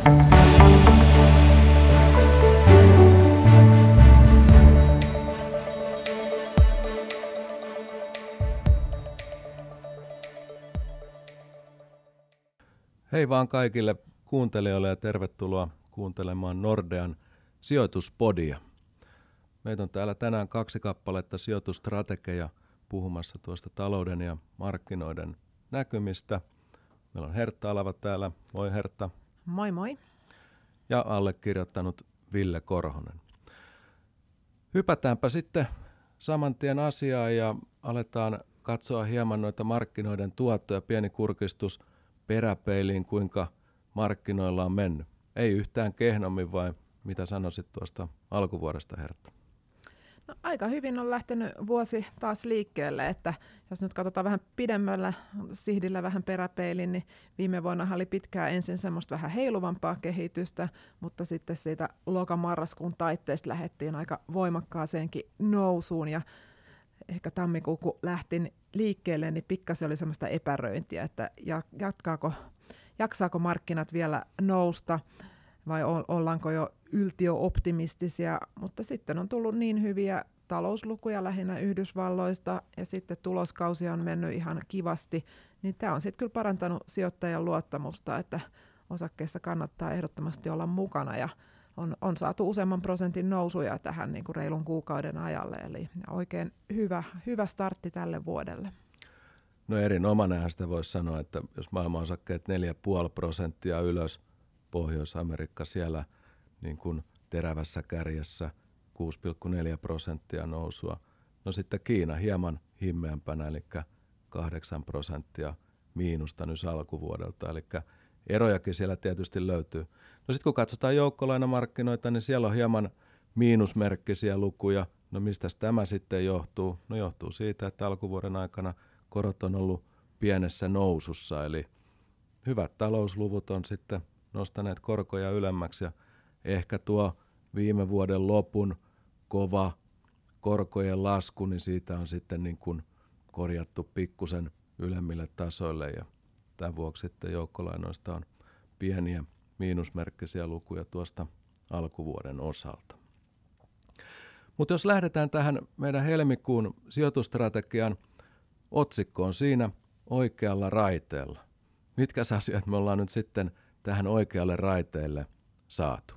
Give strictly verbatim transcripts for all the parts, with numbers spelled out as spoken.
Hei vaan kaikille kuuntelijoille ja tervetuloa kuuntelemaan Nordean sijoituspodia. Meitä on täällä tänään kaksi kappaletta sijoitusstrategeja puhumassa tuosta talouden ja markkinoiden näkymistä. Meillä on Hertta Alava täällä. Moi Hertta. Moi moi. Ja allekirjoittanut Ville Korhonen. Hypätäänpä sitten saman tien asiaan ja aletaan katsoa hieman noita markkinoiden tuottoja. Pieni kurkistus peräpeiliin, kuinka markkinoilla on mennyt. Ei yhtään kehnommin, vai mitä sanoisit tuosta alkuvuodesta, Hertta? No, aika hyvin on lähtenyt vuosi taas liikkeelle, että jos nyt katsotaan vähän pidemmällä sihdillä vähän peräpeilin, niin viime vuonna oli pitkään ensin semmoista vähän heiluvampaa kehitystä, mutta sitten siitä loka-marraskuun taitteesta lähdettiin aika voimakkaaseenkin nousuun, ja ehkä tammikuun kun lähtin liikkeelle, niin pikkasen oli semmoista epäröintiä, että jatkaako, jaksaako markkinat vielä nousta vai ollaanko jo yltiöoptimistisia, mutta sitten on tullut niin hyviä talouslukuja lähinnä Yhdysvalloista ja sitten tuloskausi on mennyt ihan kivasti, niin tämä on sitten kyllä parantanut sijoittajan luottamusta, että osakkeessa kannattaa ehdottomasti olla mukana ja on, on saatu useamman prosentin nousuja tähän niin kuin reilun kuukauden ajalle, eli oikein hyvä, hyvä startti tälle vuodelle. No erinomainenhan sitä voisi sanoa, että jos maailmanosakkeet neljä pilkku viisi prosenttia ylös, Pohjois-Amerikka siellä niin kuin terävässä kärjessä kuusi pilkku neljä prosenttia nousua. No sitten Kiina hieman himmeämpänä, eli kahdeksan prosenttia miinusta nyt alkuvuodelta, eli erojakin siellä tietysti löytyy. No sitten kun katsotaan joukkolainamarkkinoita, niin siellä on hieman miinusmerkkisiä lukuja. No mistä tämä sitten johtuu? No johtuu siitä, että alkuvuoden aikana korot on ollut pienessä nousussa, eli hyvät talousluvut on sitten nostaneet korkoja ylemmäksi ja ehkä tuo viime vuoden lopun kova korkojen lasku, niin siitä on sitten niin kuin korjattu pikkusen ylemmille tasoille ja tämän vuoksi sitten joukkolainoista on pieniä miinusmerkkisiä lukuja tuosta alkuvuoden osalta. Mutta jos lähdetään tähän meidän helmikuun sijoitusstrategian otsikkoon, siinä oikealla raiteella. Mitkä asiat me ollaan nyt sitten tähän oikealle raiteelle saatu?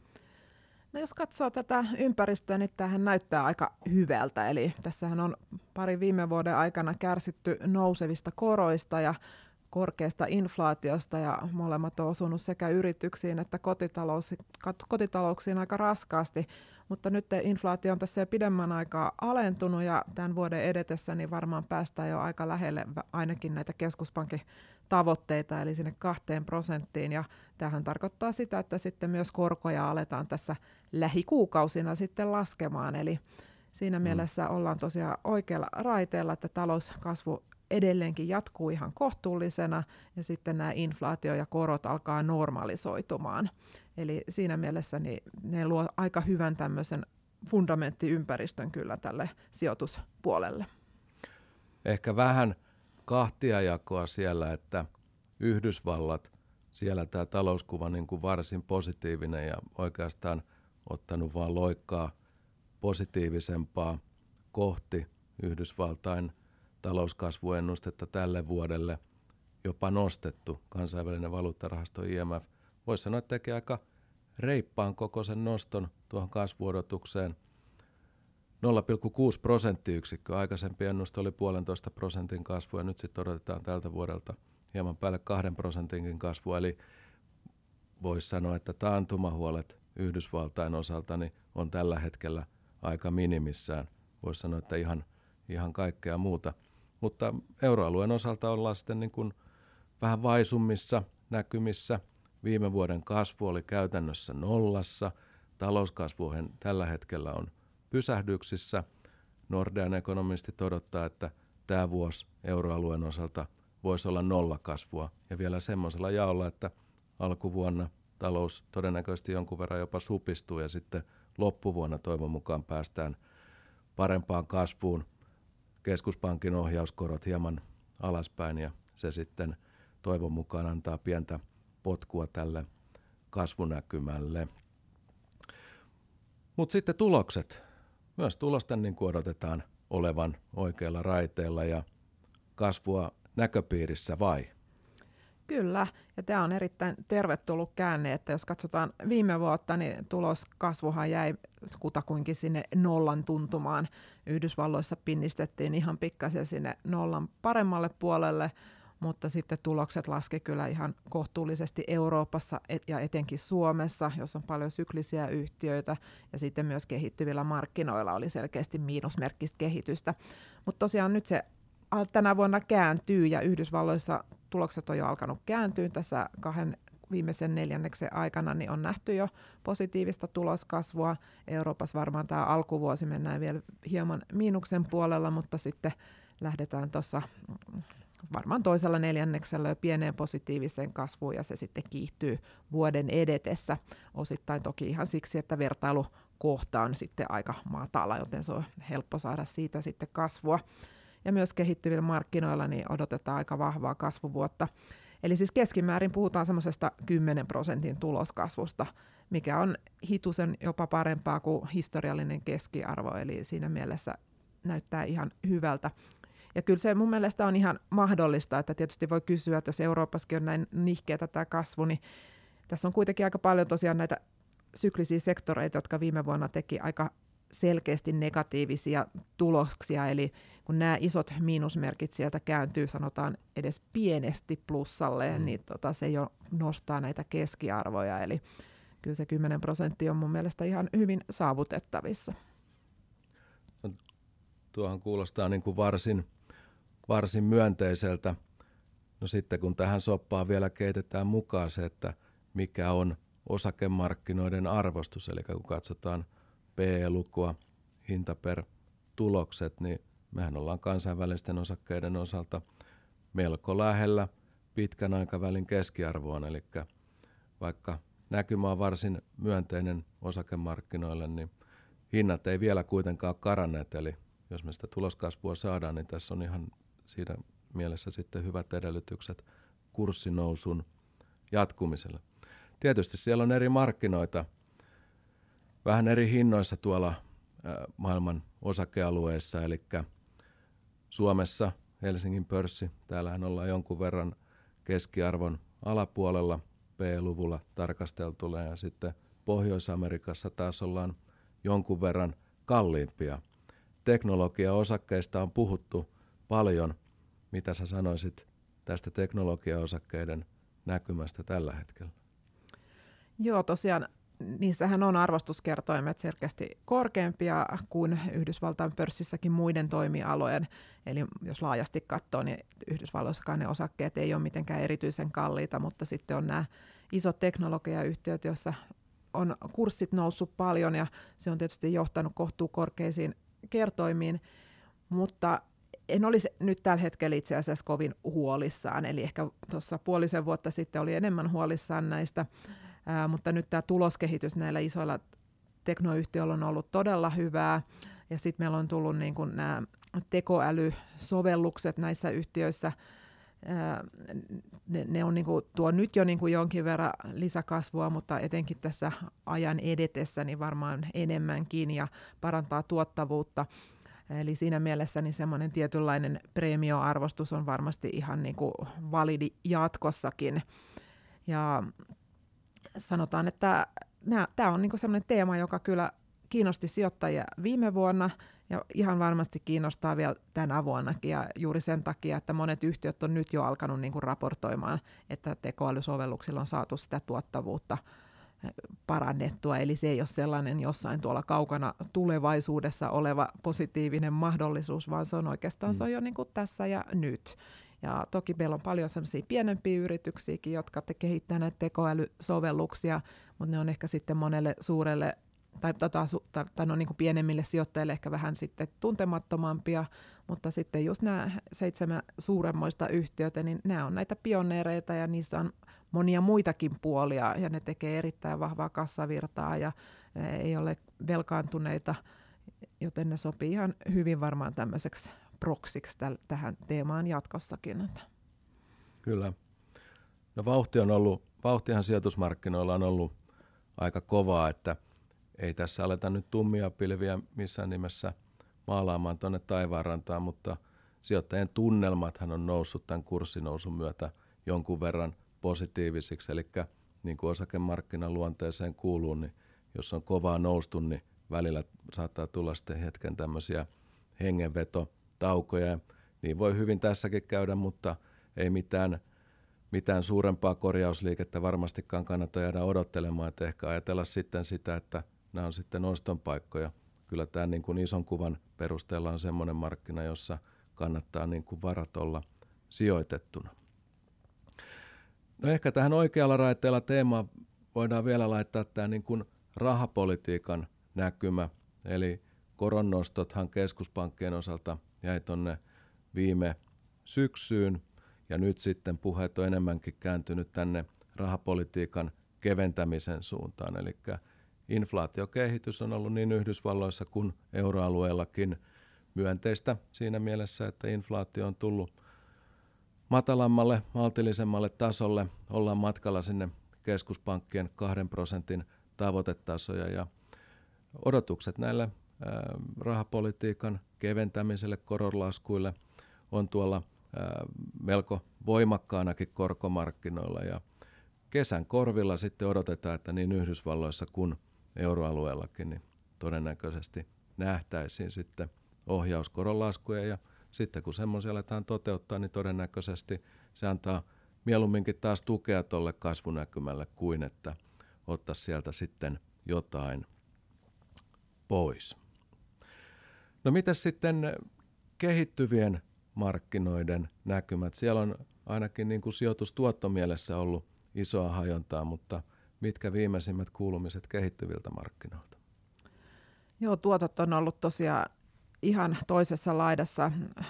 No jos katsoo tätä ympäristöä, niin tämähän näyttää aika hyvältä. Eli tässähän on pari viime vuoden aikana kärsitty nousevista koroista ja korkeasta inflaatiosta, ja molemmat on osunut sekä yrityksiin että kotitalous, kotitalouksiin aika raskaasti. Mutta nyt inflaatio on tässä jo pidemmän aikaa alentunut, ja tämän vuoden edetessä niin varmaan päästään jo aika lähelle ainakin näitä keskuspankin tavoitteita, eli sinne kahteen prosenttiin, ja tämähän tarkoittaa sitä, että sitten myös korkoja aletaan tässä lähikuukausina sitten laskemaan, eli siinä mm. mielessä ollaan tosiaan oikealla raiteella, että talouskasvu edelleenkin jatkuu ihan kohtuullisena, ja sitten nämä inflaatio ja korot alkaa normalisoitumaan. Eli siinä mielessä niin ne luo aika hyvän tämmöisen fundamenttiympäristön kyllä tälle sijoituspuolelle. Ehkä vähän kahtiajakoa siellä, että Yhdysvallat, siellä tämä talouskuva niin kuin varsin positiivinen ja oikeastaan ottanut vaan loikkaa positiivisempaa kohti Yhdysvaltain talouskasvuennustetta tälle vuodelle, jopa nostettu. Kansainvälinen valuuttarahasto I M F voisi sanoa, että teki aika reippaan kokoisen noston tuohon kasvuodotukseen. nolla pilkku kuusi prosenttiyksikköä, aikaisempi ennuste oli puolentoista prosentin kasvua, ja nyt sitten odotetaan tältä vuodelta hieman päälle kahden prosentinkin kasvua, eli voisi sanoa, että taantumahuolet Yhdysvaltain osalta niin on tällä hetkellä aika minimissään. Voisi sanoa, että ihan, ihan kaikkea muuta. Mutta euroalueen osalta ollaan sitten niin kuin vähän vaisummissa näkymissä. Viime vuoden kasvu oli käytännössä nollassa. Talouskasvu tällä hetkellä on pysähdyksissä. Nordean ekonomistit odottaa, että tämä vuosi euroalueen osalta voisi olla nollakasvua. Ja vielä semmoisella jaolla, että alkuvuonna talous todennäköisesti jonkun verran jopa supistuu ja sitten loppuvuonna toivon mukaan päästään parempaan kasvuun. Keskuspankin ohjauskorot hieman alaspäin ja se sitten toivon mukaan antaa pientä potkua tälle kasvunäkymälle. Mutta sitten tulokset. Myös tulosten niin kuin odotetaan olevan oikealla raiteella ja kasvua näköpiirissä vai? Kyllä, ja tämä on erittäin tervetullut käänne, että jos katsotaan viime vuotta, niin tuloskasvuhan jäi kutakuinkin sinne nollan tuntumaan. Yhdysvalloissa pinnistettiin ihan pikkasen sinne nollan paremmalle puolelle, mutta sitten tulokset laski kyllä ihan kohtuullisesti Euroopassa ja etenkin Suomessa, jossa on paljon syklisiä yhtiöitä, ja sitten myös kehittyvillä markkinoilla oli selkeästi miinusmerkkistä kehitystä. Mutta tosiaan nyt se tänä vuonna kääntyy, ja Yhdysvalloissa tulokset on jo alkanut kääntyä tässä kahden viimeisen neljänneksen aikana, niin on nähty jo positiivista tuloskasvua. Euroopassa varmaan tämä alkuvuosi mennään vielä hieman miinuksen puolella, mutta sitten lähdetään tuossa varmaan toisella neljänneksellä jo pieneen positiiviseen kasvuun, ja se sitten kiihtyy vuoden edetessä. Osittain toki ihan siksi, että vertailukohta on sitten aika matala, joten se on helppo saada siitä sitten kasvua. Ja myös kehittyvillä markkinoilla niin odotetaan aika vahvaa kasvuvuotta. Eli siis keskimäärin puhutaan semmoisesta kymmenen prosentin tuloskasvusta, mikä on hitusen jopa parempaa kuin historiallinen keskiarvo, eli siinä mielessä näyttää ihan hyvältä. Ja kyllä se mun mielestä on ihan mahdollista, että tietysti voi kysyä, että jos Euroopassakin on näin nihkeätä tämä kasvu, niin tässä on kuitenkin aika paljon tosiaan näitä syklisiä sektoreita, jotka viime vuonna teki aika selkeästi negatiivisia tuloksia, eli kun nämä isot miinusmerkit sieltä kääntyy, sanotaan edes pienesti plussalle, mm. niin tota, se jo nostaa näitä keskiarvoja, eli kyllä se kymmenen prosenttia on mun mielestä ihan hyvin saavutettavissa. Tuohan kuulostaa niin kuin varsin, varsin myönteiseltä. No sitten kun tähän soppaan vielä keitetään mukaan se, että mikä on osakemarkkinoiden arvostus, eli kun katsotaan P E-lukua, hinta per tulokset, niin mehän ollaan kansainvälisten osakkeiden osalta melko lähellä pitkän aikavälin keskiarvoon, eli vaikka näkymä on varsin myönteinen osakemarkkinoille, niin hinnat ei vielä kuitenkaan karanneet, eli jos me sitä tuloskasvua saadaan, niin tässä on ihan siinä mielessä sitten hyvät edellytykset kurssinousun jatkumiselle. Tietysti siellä on eri markkinoita, vähän eri hinnoissa tuolla maailman osakealueissa, eli Suomessa Helsingin pörssi, täällähän ollaan jonkun verran keskiarvon alapuolella P E-luvulla tarkasteltuna, ja sitten Pohjois-Amerikassa taas ollaan jonkun verran kalliimpia. Teknologiaosakkeista on puhuttu paljon. Mitä sä sanoisit tästä teknologiaosakkeiden näkymästä tällä hetkellä? Joo, tosiaan niissähän on arvostuskertoimet selkeästi korkeampia kuin Yhdysvaltain pörssissäkin muiden toimialojen. Eli jos laajasti katsoo, niin Yhdysvalloissakaan ne osakkeet ei ole mitenkään erityisen kalliita, mutta sitten on nämä isot teknologiayhtiöt, joissa on kurssit noussut paljon, ja se on tietysti johtanut kohtuu korkeisiin kertoimiin, mutta en olisi nyt tällä hetkellä itse asiassa kovin huolissaan, eli ehkä tuossa puolisen vuotta sitten oli enemmän huolissaan näistä, ää, mutta nyt tämä tuloskehitys näillä isoilla teknoyhtiöillä on ollut todella hyvää, ja sitten meillä on tullut niin kuin nämä tekoälysovellukset näissä yhtiöissä, ää, ne, ne on niin kuin, tuo nyt jo niin kuin jonkin verran lisäkasvua, mutta etenkin tässä ajan edetessä niin varmaan enemmänkin, ja parantaa tuottavuutta. Eli siinä mielessä niin semmoinen tietynlainen preemioarvostus on varmasti ihan niin kuin validi jatkossakin. Ja sanotaan, että tämä on niin kuin semmoinen teema, joka kyllä kiinnosti sijoittajia viime vuonna ja ihan varmasti kiinnostaa vielä tänä vuonnakin. Ja juuri sen takia, että monet yhtiöt on nyt jo alkanut niin kuin raportoimaan, että tekoälysovelluksilla on saatu sitä tuottavuutta parannettua, eli se ei ole sellainen jossain tuolla kaukana tulevaisuudessa oleva positiivinen mahdollisuus, vaan se on oikeastaan mm. se on jo niin kuin tässä ja nyt. Ja toki meillä on paljon sellaisia pienempiä yrityksiäkin, jotka te kehittää näitä tekoälysovelluksia, mutta ne on ehkä sitten monelle suurelle tai, tai, tai, tai no niin kuin pienemmille sijoittajille ehkä vähän sitten tuntemattomampia, mutta sitten just nämä seitsemän suuremmoista yhtiötä, niin nämä on näitä pioneereita ja niissä on monia muitakin puolia ja ne tekee erittäin vahvaa kassavirtaa ja ei ole velkaantuneita, joten ne sopii ihan hyvin varmaan tämmöiseksi proksiksi täl, tähän teemaan jatkossakin. Kyllä. No vauhti on ollut vauhtihan sijoitusmarkkinoilla on ollut aika kovaa, että ei tässä aleta nyt tummia pilviä missään nimessä maalaamaan tuonne taivaanrantaan, mutta sijoittajien tunnelmathan on noussut tämän kurssinousun myötä jonkun verran positiivisiksi, eli niin kuin osakemarkkinan luonteeseen kuuluu, niin jos on kovaa noustu, niin välillä saattaa tulla sitten hetken tämmöisiä hengenvetotaukoja. Niin voi hyvin tässäkin käydä, mutta ei mitään, mitään suurempaa korjausliikettä varmastikaan kannata jäädä odottelemaan, että ehkä ajatella sitten sitä, että nämä on sitten oston paikkoja. Kyllä tämä niin kuin ison kuvan perusteella on semmoinen markkina, jossa kannattaa niin kuin varat olla sijoitettuna. No ehkä tähän oikealla raiteella teemaan voidaan vielä laittaa tämä niin kuin rahapolitiikan näkymä, eli koronnostothan keskuspankkien osalta jäi tuonne viime syksyyn, ja nyt sitten puheet on enemmänkin kääntynyt tänne rahapolitiikan keventämisen suuntaan, eli inflaatiokehitys on ollut niin Yhdysvalloissa kuin euroalueellakin myönteistä siinä mielessä, että inflaatio on tullut matalammalle, maltillisemmalle tasolle, ollaan matkalla sinne keskuspankkien kahden prosentin tavoitetasoja, ja odotukset näille ää, rahapolitiikan keventämiselle, koronlaskuille on tuolla ää, melko voimakkaanakin korkomarkkinoilla, ja kesän korvilla sitten odotetaan, että niin Yhdysvalloissa kuin euroalueellakin niin todennäköisesti nähtäisiin sitten ohjauskoronlaskuja, ja sitten kun semmoisia aletaan toteuttaa, niin todennäköisesti se antaa mieluumminkin taas tukea tuolle kasvunäkymälle kuin että ottaisi sieltä sitten jotain pois. No mitäs sitten kehittyvien markkinoiden näkymät? Siellä on ainakin niin kuin sijoitustuottomielessä ollut isoa hajontaa, mutta mitkä viimeisimmät kuulumiset kehittyviltä markkinoilta? Joo, tuotot on ollut tosiaan ihan toisessa laidassa.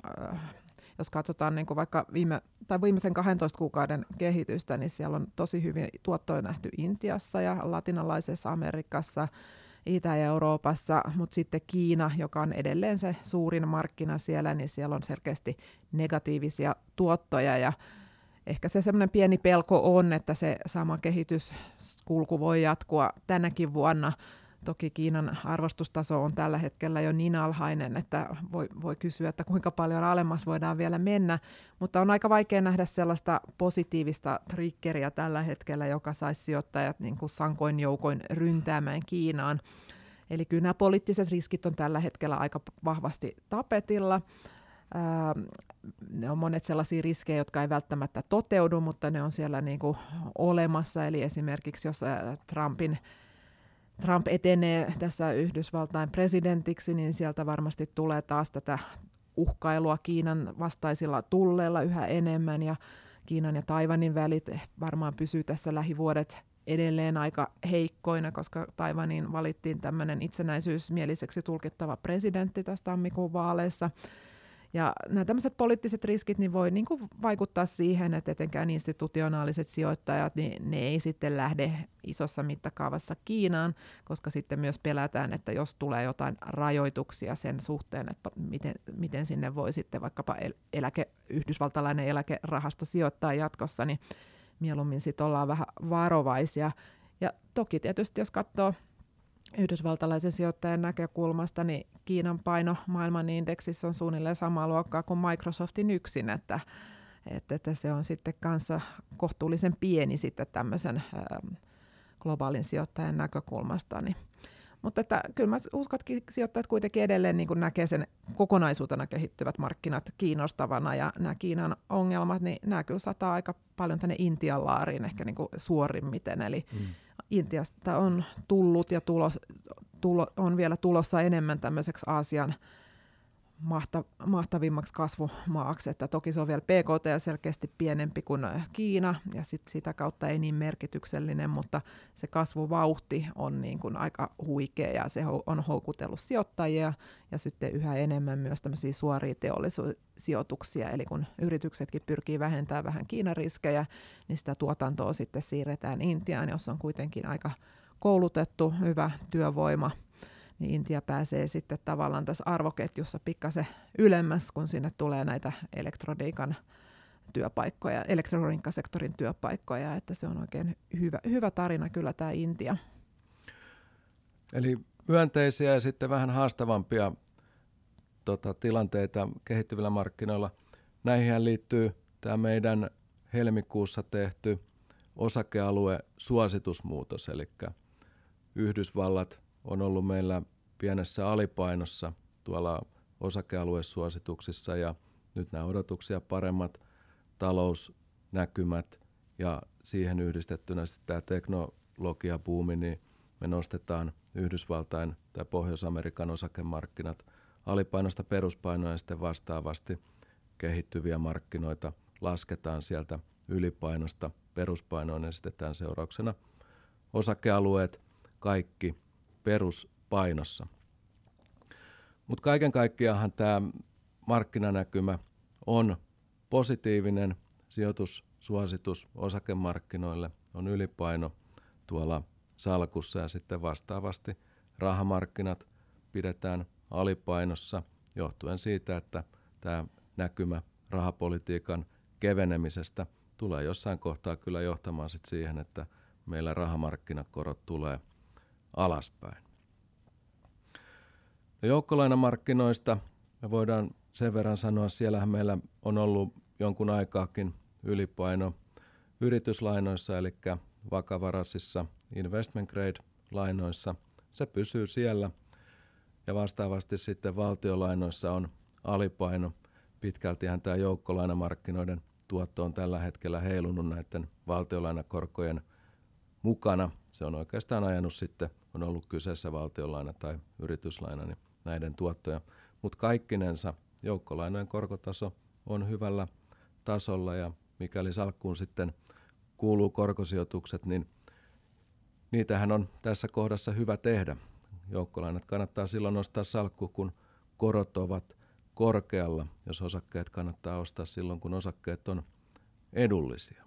Jos katsotaan niin kuin vaikka viime, tai viimeisen kahdentoista kuukauden kehitystä, niin siellä on tosi hyvin tuottoja nähty Intiassa ja latinalaisessa Amerikassa, Itä- ja Euroopassa, mutta sitten Kiina, joka on edelleen se suurin markkina siellä, niin siellä on selkeästi negatiivisia tuottoja, ja ehkä se semmoinen pieni pelko on, että se sama kehityskulku voi jatkua tänäkin vuonna. Toki Kiinan arvostustaso on tällä hetkellä jo niin alhainen, että voi, voi kysyä, että kuinka paljon alemmas voidaan vielä mennä, mutta on aika vaikea nähdä sellaista positiivista triggeriä tällä hetkellä, joka saisi sijoittajat niin kuin sankoin joukoin ryntäämään Kiinaan. Eli kyllä nämä poliittiset riskit on tällä hetkellä aika vahvasti tapetilla. Ää, ne on monet sellaisia riskejä, jotka ei välttämättä toteudu, mutta ne on siellä niin kuin olemassa, eli esimerkiksi jos Trumpin Trump etenee tässä Yhdysvaltain presidentiksi, niin sieltä varmasti tulee taas tätä uhkailua Kiinan vastaisilla tulleilla yhä enemmän, ja Kiinan ja Taiwanin välit varmaan pysyy tässä lähivuodet edelleen aika heikkoina, koska Taiwaniin valittiin tämmöinen itsenäisyysmieliseksi tulkittava presidentti tässä tammikuun vaaleissa. Ja nämä tämmöiset poliittiset riskit niin voi niin kuin vaikuttaa siihen, että etenkään institutionaaliset sijoittajat, niin ne ei sitten lähde isossa mittakaavassa Kiinaan, koska sitten myös pelätään, että jos tulee jotain rajoituksia sen suhteen, että miten, miten sinne voi sitten vaikkapa eläke, yhdysvaltalainen eläkerahasto sijoittaa jatkossa, niin mieluummin sitten ollaan vähän varovaisia. Ja toki tietysti jos katsoo yhdysvaltalaisen sijoittajan näkökulmasta, niin Kiinan paino maailman indeksissä on suunnilleen samaa luokkaa kuin Microsoftin yksin, että, että, että se on sitten kanssa kohtuullisen pieni sitten tämmöisen ä, globaalin sijoittajan näkökulmasta. Niin. Mutta että, kyllä mä uskon, että sijoittajat kuitenkin edelleen niin kuin näkee sen kokonaisuutena kehittyvät markkinat kiinnostavana, ja nämä Kiinan ongelmat, niin nämä kyllä sataa aika paljon tänne Intian laariin ehkä niin kuin suorimmiten, eli mm. Intiasta on tullut ja tulo, tulo, on vielä tulossa enemmän tämmöiseksi Aasian mahta, mahtavimmaksi kasvumaaksi, että toki se on vielä P K T selkeästi pienempi kuin Kiina, ja sit sitä kautta ei niin merkityksellinen, mutta se kasvuvauhti on niin kuin aika huikea, ja se on houkutellut sijoittajia, ja sitten yhä enemmän myös tämmöisiä suoria teollisuussijoituksia, eli kun yrityksetkin pyrkii vähentämään vähän Kiinan riskejä, niin sitä tuotantoa sitten siirretään Intiaan, jossa on kuitenkin aika koulutettu, hyvä työvoima, niin Intia pääsee sitten tavallaan tässä arvoketjussa pikkasen ylemmäs, kun sinne tulee näitä elektroniikan työpaikkoja, elektroniikkasektorin työpaikkoja, että se on oikein hyvä, hyvä tarina kyllä tämä Intia. Eli myönteisiä ja sitten vähän haastavampia tota, tilanteita kehittyvillä markkinoilla. Näihin liittyy tämä meidän helmikuussa tehty osakealue-suositusmuutos, eli Yhdysvallat on ollut meillä pienessä alipainossa tuolla osakealuesuosituksissa ja nyt nämä odotuksia paremmat talousnäkymät ja siihen yhdistettynä sitten tämä teknologiabuumi, niin me nostetaan Yhdysvaltain tai Pohjois-Amerikan osakemarkkinat alipainosta peruspainoa ja sitten vastaavasti kehittyviä markkinoita lasketaan sieltä ylipainosta peruspainoon ja esitetään seurauksena osakealueet kaikki peruspainossa. Mutta kaiken kaikkiaan tämä markkinanäkymä on positiivinen sijoitussuositus osakemarkkinoille, on ylipaino tuolla salkussa ja sitten vastaavasti rahamarkkinat pidetään alipainossa johtuen siitä, että tämä näkymä rahapolitiikan kevenemisestä tulee jossain kohtaa kyllä johtamaan sit siihen, että meillä rahamarkkinakorot tulee alaspäin. No joukkolainamarkkinoista me voidaan sen verran sanoa, siellähän meillä on ollut jonkun aikaakin ylipaino yrityslainoissa, eli vakavaraisissa investment grade lainoissa. Se pysyy siellä ja vastaavasti sitten valtiolainoissa on alipaino. Pitkältihän tämä joukkolainamarkkinoiden tuotto on tällä hetkellä heilunut näiden valtiolainakorkojen mukana. Se on oikeastaan ajanut sitten, on ollut kyseessä valtiolaina tai yrityslaina, niin näiden tuottoja. Mutta kaikkinensa joukkolainojen korkotaso on hyvällä tasolla ja mikäli salkkuun sitten kuuluu korkosijoitukset, niin niitähän on tässä kohdassa hyvä tehdä. Joukkolainat kannattaa silloin nostaa salkkuun, kun korot ovat korkealla, jos osakkeet kannattaa ostaa silloin, kun osakkeet on edullisia.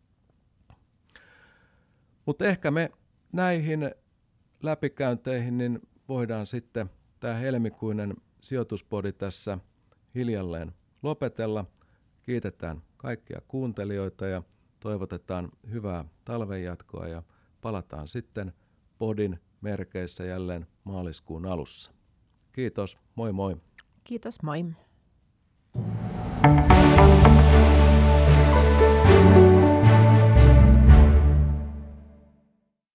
Mutta ehkä me näihin läpikäynteihin niin voidaan sitten tämä helmikuinen sijoituspodi tässä hiljalleen lopetella. Kiitetään kaikkia kuuntelijoita ja toivotetaan hyvää talvenjatkoa ja palataan sitten podin merkeissä jälleen maaliskuun alussa. Kiitos, moi moi. Kiitos, moi.